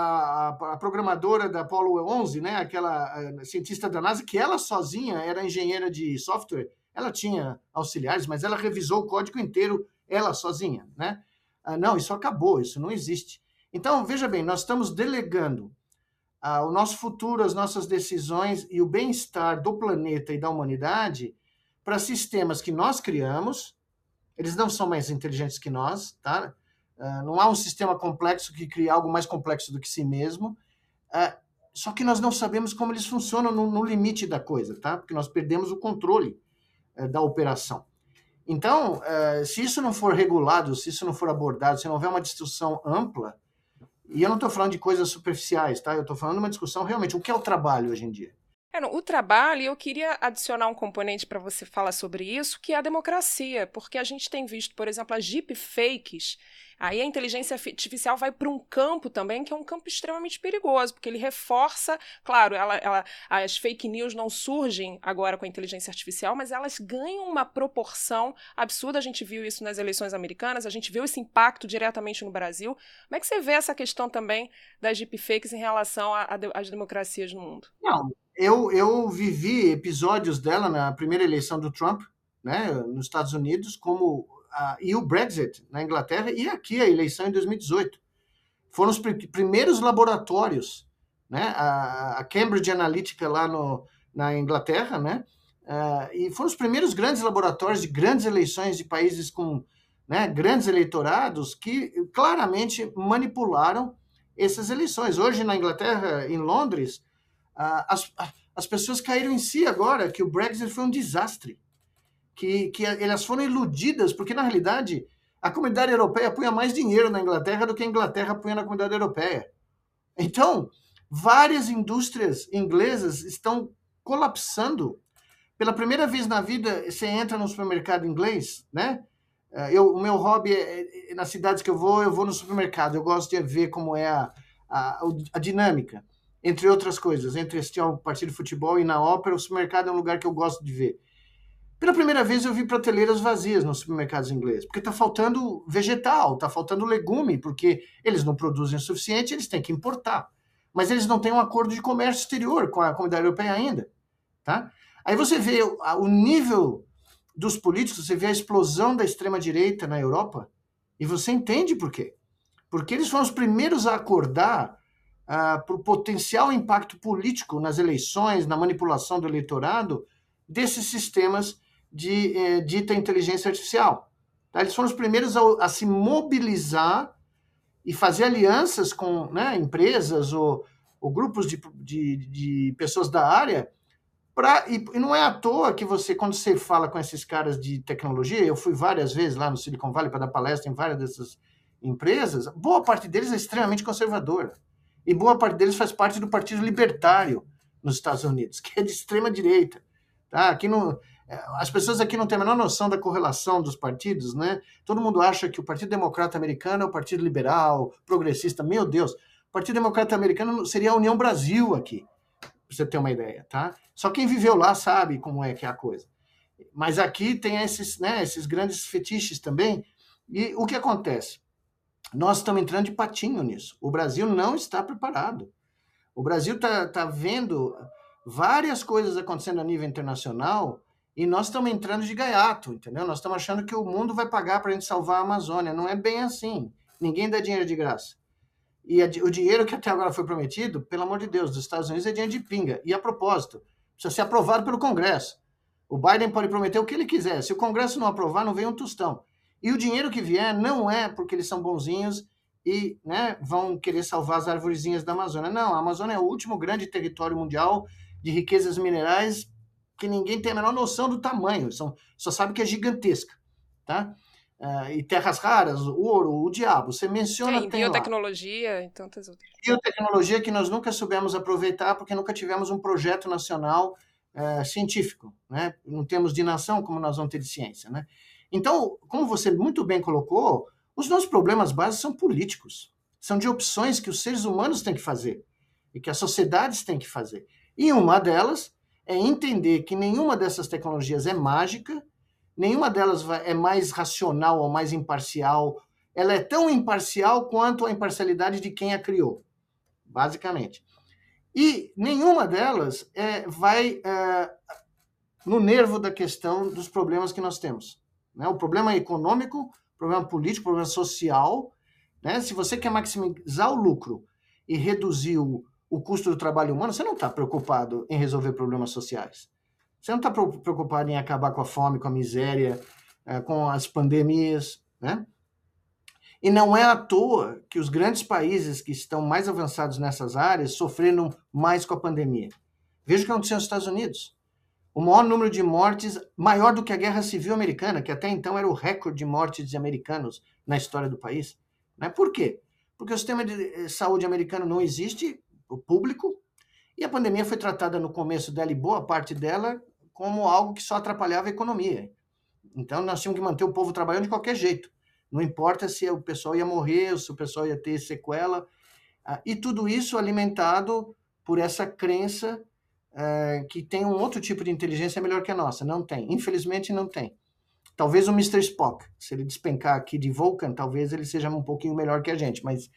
a programadora da Apollo 11, né? Aquela cientista da NASA, que ela sozinha era engenheira de software. Ela tinha auxiliares, mas ela revisou o código inteiro, ela sozinha, né? Não, isso acabou, isso não existe. Então, veja bem, nós estamos delegando o nosso futuro, as nossas decisões e o bem-estar do planeta e da humanidade para sistemas que nós criamos. Eles não são mais inteligentes que nós, tá? Não há um sistema complexo que cria algo mais complexo do que si mesmo. Só que nós não sabemos como eles funcionam no limite da coisa, tá? Porque nós perdemos o controle da operação. Então, se isso não for regulado, se isso não for abordado, se não houver uma discussão ampla, e eu não estou falando de coisas superficiais, tá? Eu estou falando de uma discussão realmente, o que é o trabalho hoje em dia? O trabalho, eu queria adicionar um componente para você falar sobre isso, que é a democracia, porque a gente tem visto, por exemplo, as deepfakes, aí a inteligência artificial vai para um campo também, que é um campo extremamente perigoso, porque ele reforça, claro, as fake news não surgem agora com a inteligência artificial, mas elas ganham uma proporção absurda, a gente viu isso nas eleições americanas, a gente viu esse impacto diretamente no Brasil. Como é que você vê essa questão também das deepfakes em relação às democracias no mundo? Não, eu vivi episódios dela na primeira eleição do Trump, né, nos Estados Unidos, e o Brexit na Inglaterra, e aqui a eleição em 2018. Foram os primeiros laboratórios, né, a Cambridge Analytica lá na Inglaterra, né, e foram os primeiros grandes laboratórios de grandes eleições de países com, né, grandes eleitorados que claramente manipularam essas eleições. Hoje, na Inglaterra, em Londres, as pessoas caíram em si agora que o Brexit foi um desastre, que elas foram iludidas, porque, na realidade, a comunidade europeia punha mais dinheiro na Inglaterra do que a Inglaterra punha na comunidade europeia. Então, várias indústrias inglesas estão colapsando. Pela primeira vez na vida, você entra no supermercado inglês, né? O meu hobby nas cidades que eu vou no supermercado. Eu gosto de ver como é a dinâmica, entre outras coisas, entre assistir ao partido de futebol e na ópera. O supermercado é um lugar que eu gosto de ver. Pela primeira vez eu vi prateleiras vazias nos supermercados ingleses, porque está faltando vegetal, está faltando legume, porque eles não produzem o suficiente, eles têm que importar. Mas eles não têm um acordo de comércio exterior com a comunidade europeia ainda, tá? Aí você vê o nível dos políticos, você vê a explosão da extrema-direita na Europa, e você entende por quê. Porque eles foram os primeiros a acordar para o potencial impacto político nas eleições, na manipulação do eleitorado, desses sistemas de dita inteligência artificial. Tá? Eles foram os primeiros a se mobilizar e fazer alianças com, né, empresas ou grupos de pessoas da área. E não é à toa que quando você fala com esses caras de tecnologia, eu fui várias vezes lá no Silicon Valley para dar palestra em várias dessas empresas, boa parte deles é extremamente conservadora. E boa parte deles faz parte do Partido Libertário nos Estados Unidos, que é de extrema direita. Tá? As pessoas aqui não têm a menor noção da correlação dos partidos, né? Todo mundo acha que o Partido Democrata Americano é o Partido Liberal, progressista. Meu Deus, o Partido Democrata Americano seria a União Brasil aqui, para você ter uma ideia, tá? Só quem viveu lá sabe como é que é a coisa. Mas aqui tem esses grandes fetiches também. E o que acontece? Nós estamos entrando de patinho nisso. O Brasil não está preparado. O Brasil está vendo várias coisas acontecendo a nível internacional e nós estamos entrando de gaiato, entendeu? Nós estamos achando que o mundo vai pagar para a gente salvar a Amazônia. Não é bem assim. Ninguém dá dinheiro de graça. E o dinheiro que até agora foi prometido, pelo amor de Deus, dos Estados Unidos é dinheiro de pinga. E a propósito, precisa ser aprovado pelo Congresso. O Biden pode prometer o que ele quiser. Se o Congresso não aprovar, não vem um tostão. E o dinheiro que vier não é porque eles são bonzinhos e, né, vão querer salvar as arvorezinhas da Amazônia. Não, a Amazônia é o último grande território mundial de riquezas minerais que ninguém tem a menor noção do tamanho. Só sabe que é gigantesca. Tá? e terras raras, ouro, o diabo. Você menciona, Em tem lá. biotecnologia e tantas outras. Biotecnologia que nós nunca soubemos aproveitar porque nunca tivemos um projeto nacional científico, né? Não temos de nação como nós vamos ter de ciência, né? Então, como você muito bem colocou, os nossos problemas básicos são políticos, são de opções que os seres humanos têm que fazer e que as sociedades têm que fazer. E uma delas é entender que nenhuma dessas tecnologias é mágica, nenhuma delas é mais racional ou mais imparcial. Ela é tão imparcial quanto a imparcialidade de quem a criou, basicamente. E nenhuma delas vai no nervo da questão dos problemas que nós temos. Né? O problema econômico, o problema político, o problema social. Né? Se você quer maximizar o lucro e reduzir o custo do trabalho humano, você não está preocupado em resolver problemas sociais. Você não está preocupado em acabar com a fome, com a miséria, com as pandemias, né? E não é à toa que os grandes países que estão mais avançados nessas áreas sofreram mais com a pandemia. Veja o que aconteceu nos Estados Unidos. O maior número de mortes, maior do que a Guerra Civil Americana, que até então era o recorde de mortes de americanos na história do país. Né? Por quê? Porque o sistema de saúde americano não existe, o público, e a pandemia foi tratada no começo dela, e boa parte dela, como algo que só atrapalhava a economia. Então, nós tínhamos que manter o povo trabalhando de qualquer jeito. Não importa se o pessoal ia morrer, se o pessoal ia ter sequela. E tudo isso alimentado por essa crença que tem um outro tipo de inteligência melhor que a nossa. Não tem. Infelizmente, não tem. Talvez o Mr. Spock, se ele despencar aqui de Vulcan, talvez ele seja um pouquinho melhor que a gente. Mas,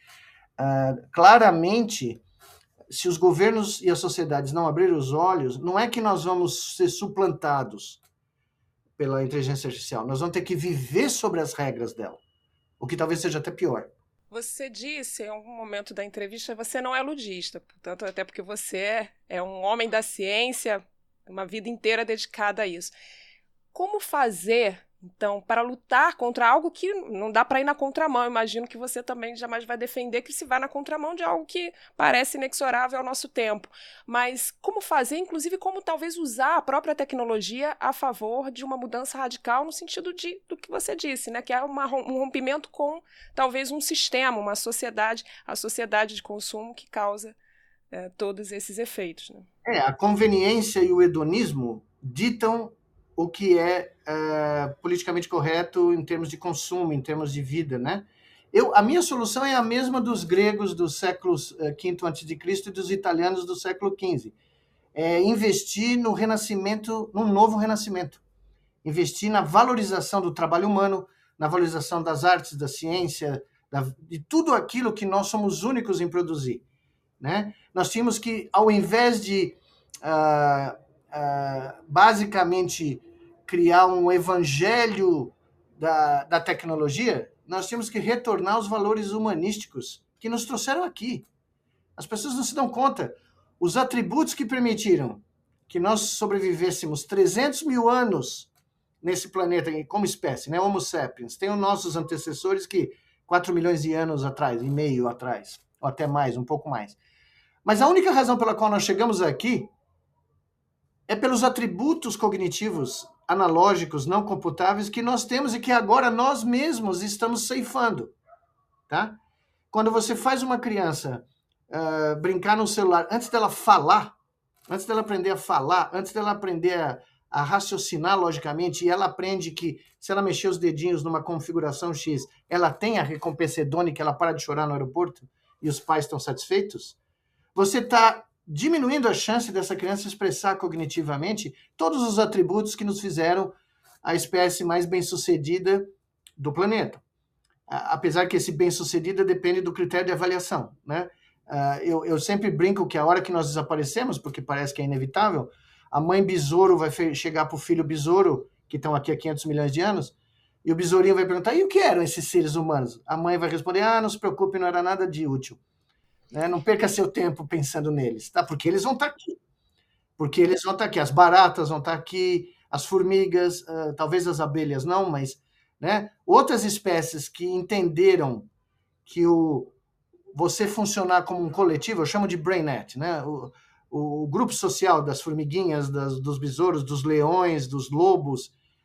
claramente, se os governos e as sociedades não abrirem os olhos, não é que nós vamos ser suplantados pela inteligência artificial. Nós vamos ter que viver sobre as regras dela, o que talvez seja até pior. Você disse em algum momento da entrevista, você não é ludista, portanto, até porque você é um homem da ciência, uma vida inteira dedicada a isso. Como fazer, então, para lutar contra algo que não dá para ir na contramão? Imagino que você também jamais vai defender que se vá na contramão de algo que parece inexorável ao nosso tempo. Mas como fazer, inclusive, como talvez usar a própria tecnologia a favor de uma mudança radical no sentido do que você disse, né? Que é um rompimento com talvez um sistema, uma sociedade, a sociedade de consumo que causa todos esses efeitos. Né? A conveniência e o hedonismo ditam o que é politicamente correto em termos de consumo, em termos de vida, né? A minha solução é a mesma dos gregos do século V a.C. e dos italianos do século XV. É investir no renascimento, num novo renascimento. Investir na valorização do trabalho humano, na valorização das artes, da ciência, de tudo aquilo que nós somos únicos em produzir. Né? Nós tínhamos que, ao invés de basicamente criar um evangelho da tecnologia, nós temos que retornar aos valores humanísticos que nos trouxeram aqui. As pessoas não se dão conta. Os atributos que permitiram que nós sobrevivêssemos 300 mil anos nesse planeta como espécie, né? Homo sapiens. Tem os nossos antecessores que 4 milhões de anos atrás, e meio atrás, ou até mais, um pouco mais. Mas a única razão pela qual nós chegamos aqui é pelos atributos cognitivos analógicos não computáveis que nós temos e que agora nós mesmos estamos ceifando. Tá? Quando você faz uma criança brincar no celular, antes dela falar, antes dela aprender a falar, antes dela aprender a raciocinar logicamente, e ela aprende que se ela mexer os dedinhos numa configuração X, ela tem a recompensa hedônica, ela para de chorar no aeroporto e os pais estão satisfeitos, você está diminuindo a chance dessa criança expressar cognitivamente todos os atributos que nos fizeram a espécie mais bem-sucedida do planeta. Apesar que esse bem-sucedida depende do critério de avaliação, né? Eu sempre brinco que a hora que nós desaparecemos, porque parece que é inevitável, a mãe besouro vai chegar para o filho besouro, que estão aqui há 500 milhões de anos, e o besourinho vai perguntar, e o que eram esses seres humanos? A mãe vai responder, não se preocupe, não era nada de útil. Né? Não perca seu tempo pensando neles, tá? Porque eles vão estar aqui. Porque eles vão estar aqui. As baratas vão estar aqui, as formigas, talvez as abelhas não, mas né? Outras espécies que entenderam que você funcionar como um coletivo, eu chamo de BrainNet, né? O grupo social das formiguinhas, dos besouros, dos leões, dos lobos,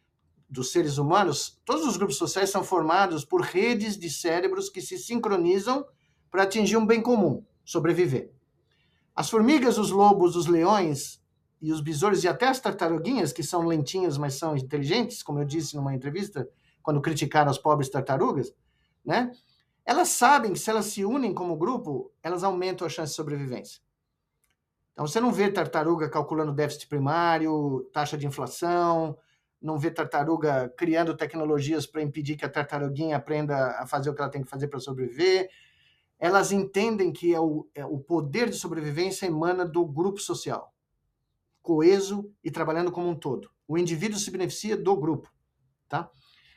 dos seres humanos, todos os grupos sociais são formados por redes de cérebros que se sincronizam para atingir um bem comum, sobreviver. As formigas, os lobos, os leões e os besouros e até as tartaruguinhas, que são lentinhas, mas são inteligentes, como eu disse numa entrevista, quando criticaram as pobres tartarugas, né? Elas sabem que se elas se unem como grupo, elas aumentam a chance de sobrevivência. Então, você não vê tartaruga calculando déficit primário, taxa de inflação, não vê tartaruga criando tecnologias para impedir que a tartaruguinha aprenda a fazer o que ela tem que fazer para sobreviver. Elas entendem que o poder de sobrevivência emana do grupo social, coeso e trabalhando como um todo. O indivíduo se beneficia do grupo. Tá?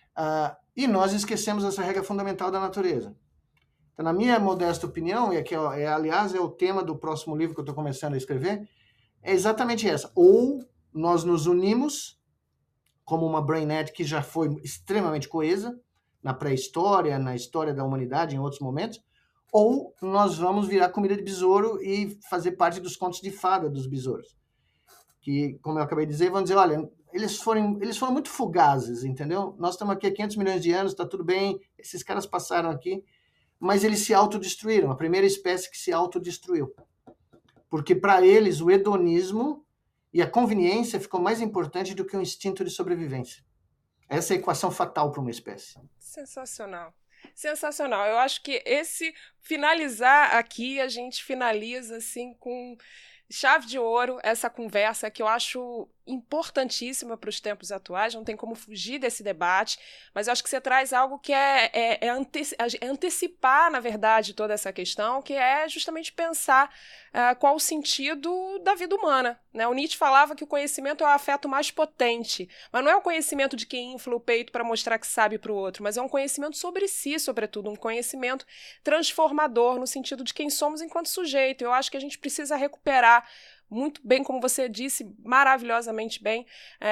E nós esquecemos essa regra fundamental da natureza. Então, na minha modesta opinião, e que aliás é o tema do próximo livro que eu estou começando a escrever, é exatamente essa. Ou nós nos unimos como uma BrainNet que já foi extremamente coesa, na pré-história, na história da humanidade, em outros momentos, ou nós vamos virar comida de besouro e fazer parte dos contos de fada dos besouros. Que, como eu acabei de dizer, vão dizer, olha, eles foram muito fugazes, entendeu? Nós estamos aqui há 500 milhões de anos, está tudo bem, esses caras passaram aqui, mas eles se autodestruíram, a primeira espécie que se autodestruiu. Porque para eles o hedonismo e a conveniência ficou mais importante do que o instinto de sobrevivência. Essa é a equação fatal para uma espécie. Sensacional. Sensacional. Eu acho que finalizar aqui, a gente finaliza assim com chave de ouro essa conversa que eu acho importantíssima para os tempos atuais, não tem como fugir desse debate, mas eu acho que você traz algo que é antecipar, na verdade, toda essa questão, que é justamente pensar qual o sentido da vida humana, né? O Nietzsche falava que o conhecimento é o afeto mais potente, mas não é o conhecimento de quem infla o peito para mostrar que sabe para o outro, mas é um conhecimento sobre si, sobretudo, um conhecimento transformador no sentido de quem somos enquanto sujeito. Eu acho que a gente precisa recuperar muito bem, como você disse, maravilhosamente bem,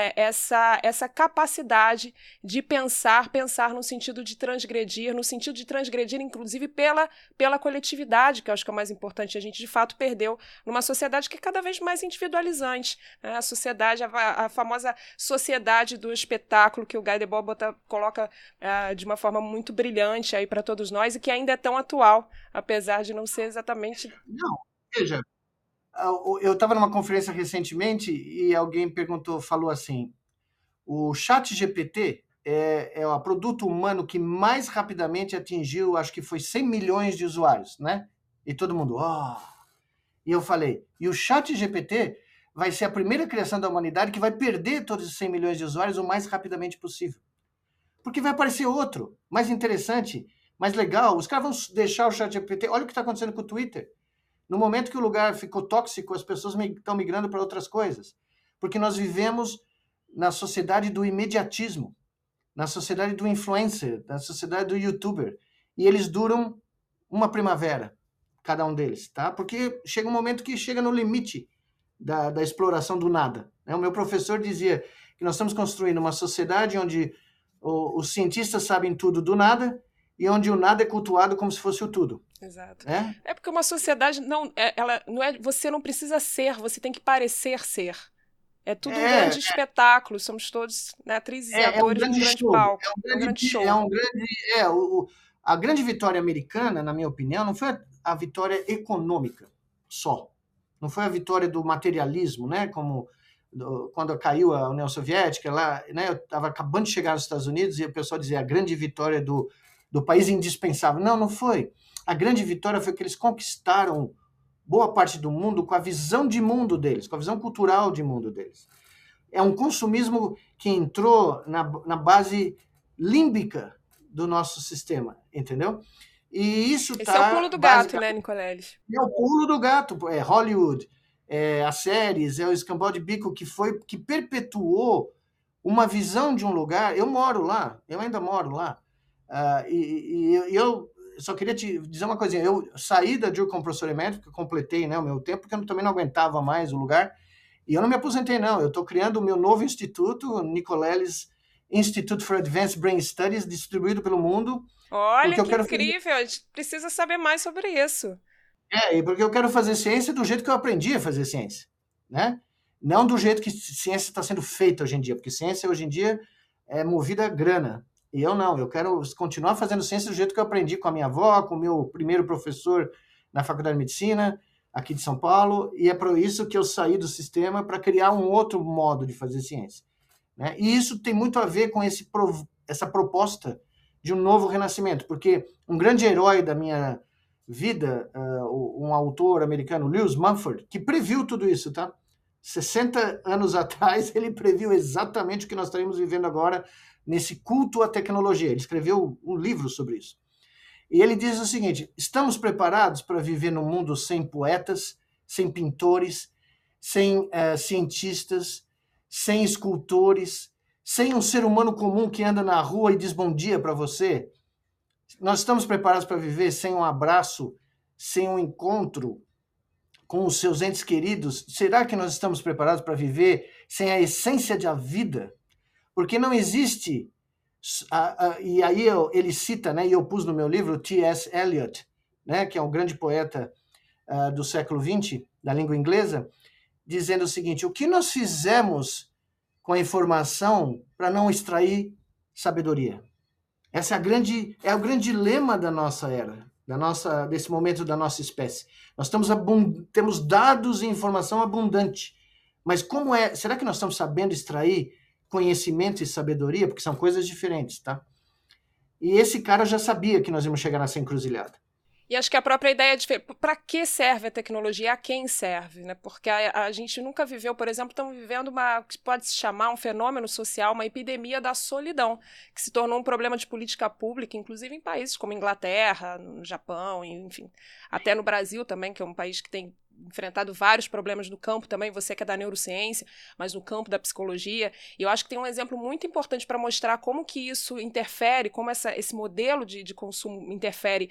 essa capacidade de pensar no sentido de transgredir, inclusive pela coletividade, que eu acho que é o mais importante. A gente, de fato, perdeu numa sociedade que é cada vez mais individualizante, né? A sociedade, a famosa sociedade do espetáculo, que o Guy Debord coloca de uma forma muito brilhante aí para todos nós, e que ainda é tão atual, apesar de não ser exatamente... Não, veja... Eu estava numa conferência recentemente e alguém falou assim, o ChatGPT é o produto humano que mais rapidamente atingiu, acho que foi 100 milhões de usuários, né? E todo mundo, E eu falei, e o ChatGPT vai ser a primeira criação da humanidade que vai perder todos os 100 milhões de usuários o mais rapidamente possível. Porque vai aparecer outro, mais interessante, mais legal. Os caras vão deixar o ChatGPT, olha o que está acontecendo com o Twitter. No momento que o lugar ficou tóxico, as pessoas estão migrando para outras coisas. Porque nós vivemos na sociedade do imediatismo, na sociedade do influencer, na sociedade do youtuber. E eles duram uma primavera, cada um deles, tá? Porque chega um momento que chega no limite da exploração do nada. O meu professor dizia que nós estamos construindo uma sociedade onde os cientistas sabem tudo do nada e onde o nada é cultuado como se fosse o tudo. Exato. É porque uma sociedade você não precisa ser, você tem que parecer ser. É tudo um grande espetáculo, somos todos, né, atrizes e atores num grande palco. É um grande show. A grande vitória americana, na minha opinião, não foi a vitória econômica só. Não foi a vitória do materialismo, né? Como quando caiu a União Soviética, lá, né, eu estava acabando de chegar nos Estados Unidos e o pessoal dizia a grande vitória do país indispensável. Não foi. A grande vitória foi que eles conquistaram boa parte do mundo com a visão de mundo deles, com a visão cultural de mundo deles. É um consumismo que entrou na base límbica do nosso sistema, entendeu? E isso Esse é o pulo do gato, né, Nicoleles? É o pulo do gato. É Hollywood, as séries, o escambau de bico que perpetuou uma visão de um lugar. Eu ainda moro lá. Eu só queria te dizer uma coisinha. Eu saí da Duke como professor emérito, porque eu completei, né, o meu tempo, porque eu também não aguentava mais o lugar. E eu não me aposentei, não. Eu estou criando o meu novo instituto, o Nicoleles Institute for Advanced Brain Studies, distribuído pelo mundo. Olha, que incrível. A gente precisa saber mais sobre isso. Porque eu quero fazer ciência do jeito que eu aprendi a fazer ciência, né? Não do jeito que ciência está sendo feita hoje em dia, porque ciência hoje em dia é movida a grana. E eu não, eu quero continuar fazendo ciência do jeito que eu aprendi com a minha avó, com o meu primeiro professor na Faculdade de Medicina, aqui de São Paulo, e é por isso que eu saí do sistema para criar um outro modo de fazer ciência. Né? E isso tem muito a ver com essa proposta de um novo renascimento, porque um grande herói da minha vida, um autor americano, Lewis Mumford, que previu tudo isso, tá? 60 anos atrás, ele previu exatamente o que nós estaremos vivendo agora nesse culto à tecnologia. Ele escreveu um livro sobre isso. E ele diz o seguinte: estamos preparados para viver num mundo sem poetas, sem pintores, sem cientistas, sem escultores, sem um ser humano comum que anda na rua e diz bom dia para você? Nós estamos preparados para viver sem um abraço, sem um encontro com os seus entes queridos? Será que nós estamos preparados para viver sem a essência da vida? Porque não existe... e aí ele cita, né, e eu pus no meu livro, T.S. Eliot, né, que é um grande poeta do século XX, da língua inglesa, dizendo o seguinte: o que nós fizemos com a informação para não extrair sabedoria? Essa é o grande dilema da nossa era, desse momento da nossa espécie. Nós temos dados e informação abundante, mas será que nós estamos sabendo extrair conhecimento e sabedoria? Porque são coisas diferentes, tá? E esse cara já sabia que nós íamos chegar nessa encruzilhada. E acho que a própria ideia de para que serve a tecnologia, a quem serve, né? Porque a gente nunca viveu, por exemplo, estamos vivendo que pode se chamar um fenômeno social, uma epidemia da solidão, que se tornou um problema de política pública, inclusive em países como Inglaterra, no Japão, enfim, até no Brasil também, que é um país que tem enfrentado vários problemas no campo também, você que é da neurociência, mas no campo da psicologia, e eu acho que tem um exemplo muito importante para mostrar como que isso interfere, como esse modelo de consumo interfere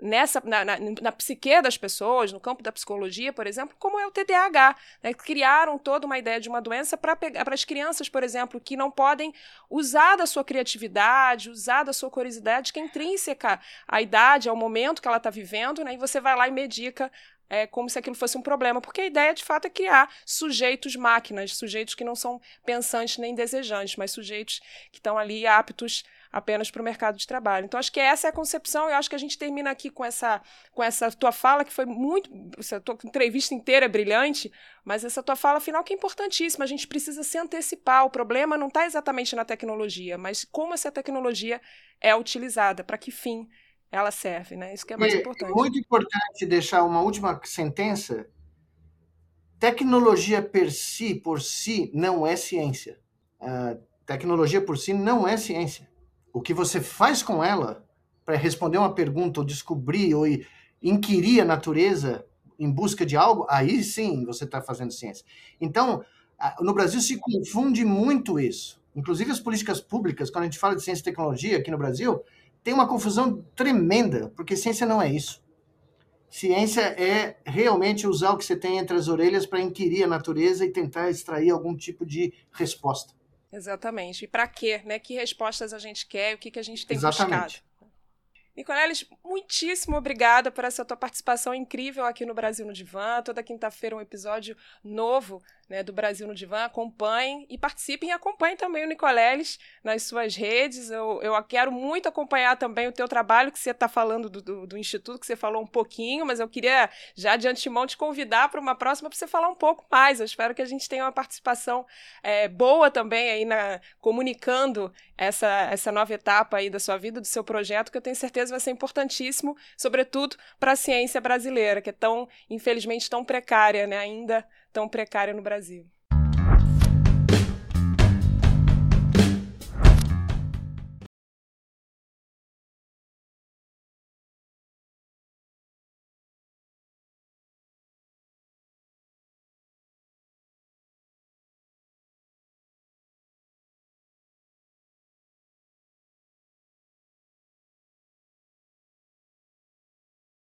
na psique das pessoas, no campo da psicologia, por exemplo, como é o TDAH, né? Criaram toda uma ideia de uma doença para as crianças, por exemplo, que não podem usar da sua criatividade, usar da sua curiosidade, que é intrínseca à idade, ao momento que ela está vivendo, né? E você vai lá e medica como se aquilo fosse um problema, porque a ideia, de fato, é criar sujeitos máquinas, sujeitos que não são pensantes nem desejantes, mas sujeitos que estão ali aptos apenas para o mercado de trabalho. Então, acho que essa é a concepção, e acho que a gente termina aqui com essa tua fala, que foi muito... Essa tua entrevista inteira é brilhante, mas essa tua fala final que é importantíssima. A gente precisa se antecipar. O problema não está exatamente na tecnologia, mas como essa tecnologia é utilizada, para que fim ela serve, né? Isso que é mais importante. É muito importante deixar uma última sentença. Tecnologia por si, não é ciência. Tecnologia por si não é ciência. O que você faz com ela para responder uma pergunta, ou descobrir, ou inquirir a natureza em busca de algo, aí sim você está fazendo ciência. Então, no Brasil se confunde muito isso. Inclusive as políticas públicas, quando a gente fala de ciência e tecnologia aqui no Brasil, tem uma confusão tremenda, porque ciência não é isso. Ciência é realmente usar o que você tem entre as orelhas para inquirir a natureza e tentar extrair algum tipo de resposta. Exatamente. E para quê? Né? Que respostas a gente quer, o que a gente tem buscado. Nicoleles, muitíssimo obrigada por essa tua participação incrível aqui no Brasil no Divã. Toda quinta-feira um episódio novo, né, do Brasil no Divã. Acompanhem e participem, e acompanhem também o Nicoleles nas suas redes. Eu quero muito acompanhar também o teu trabalho, que você está falando do Instituto, que você falou um pouquinho, mas eu queria já de antemão te convidar para uma próxima para você falar um pouco mais. Eu espero que a gente tenha uma participação boa também aí comunicando essa nova etapa aí da sua vida, do seu projeto, que eu tenho certeza vai ser importantíssimo, sobretudo para a ciência brasileira, que é infelizmente, tão precária, né? Ainda tão precária no Brasil.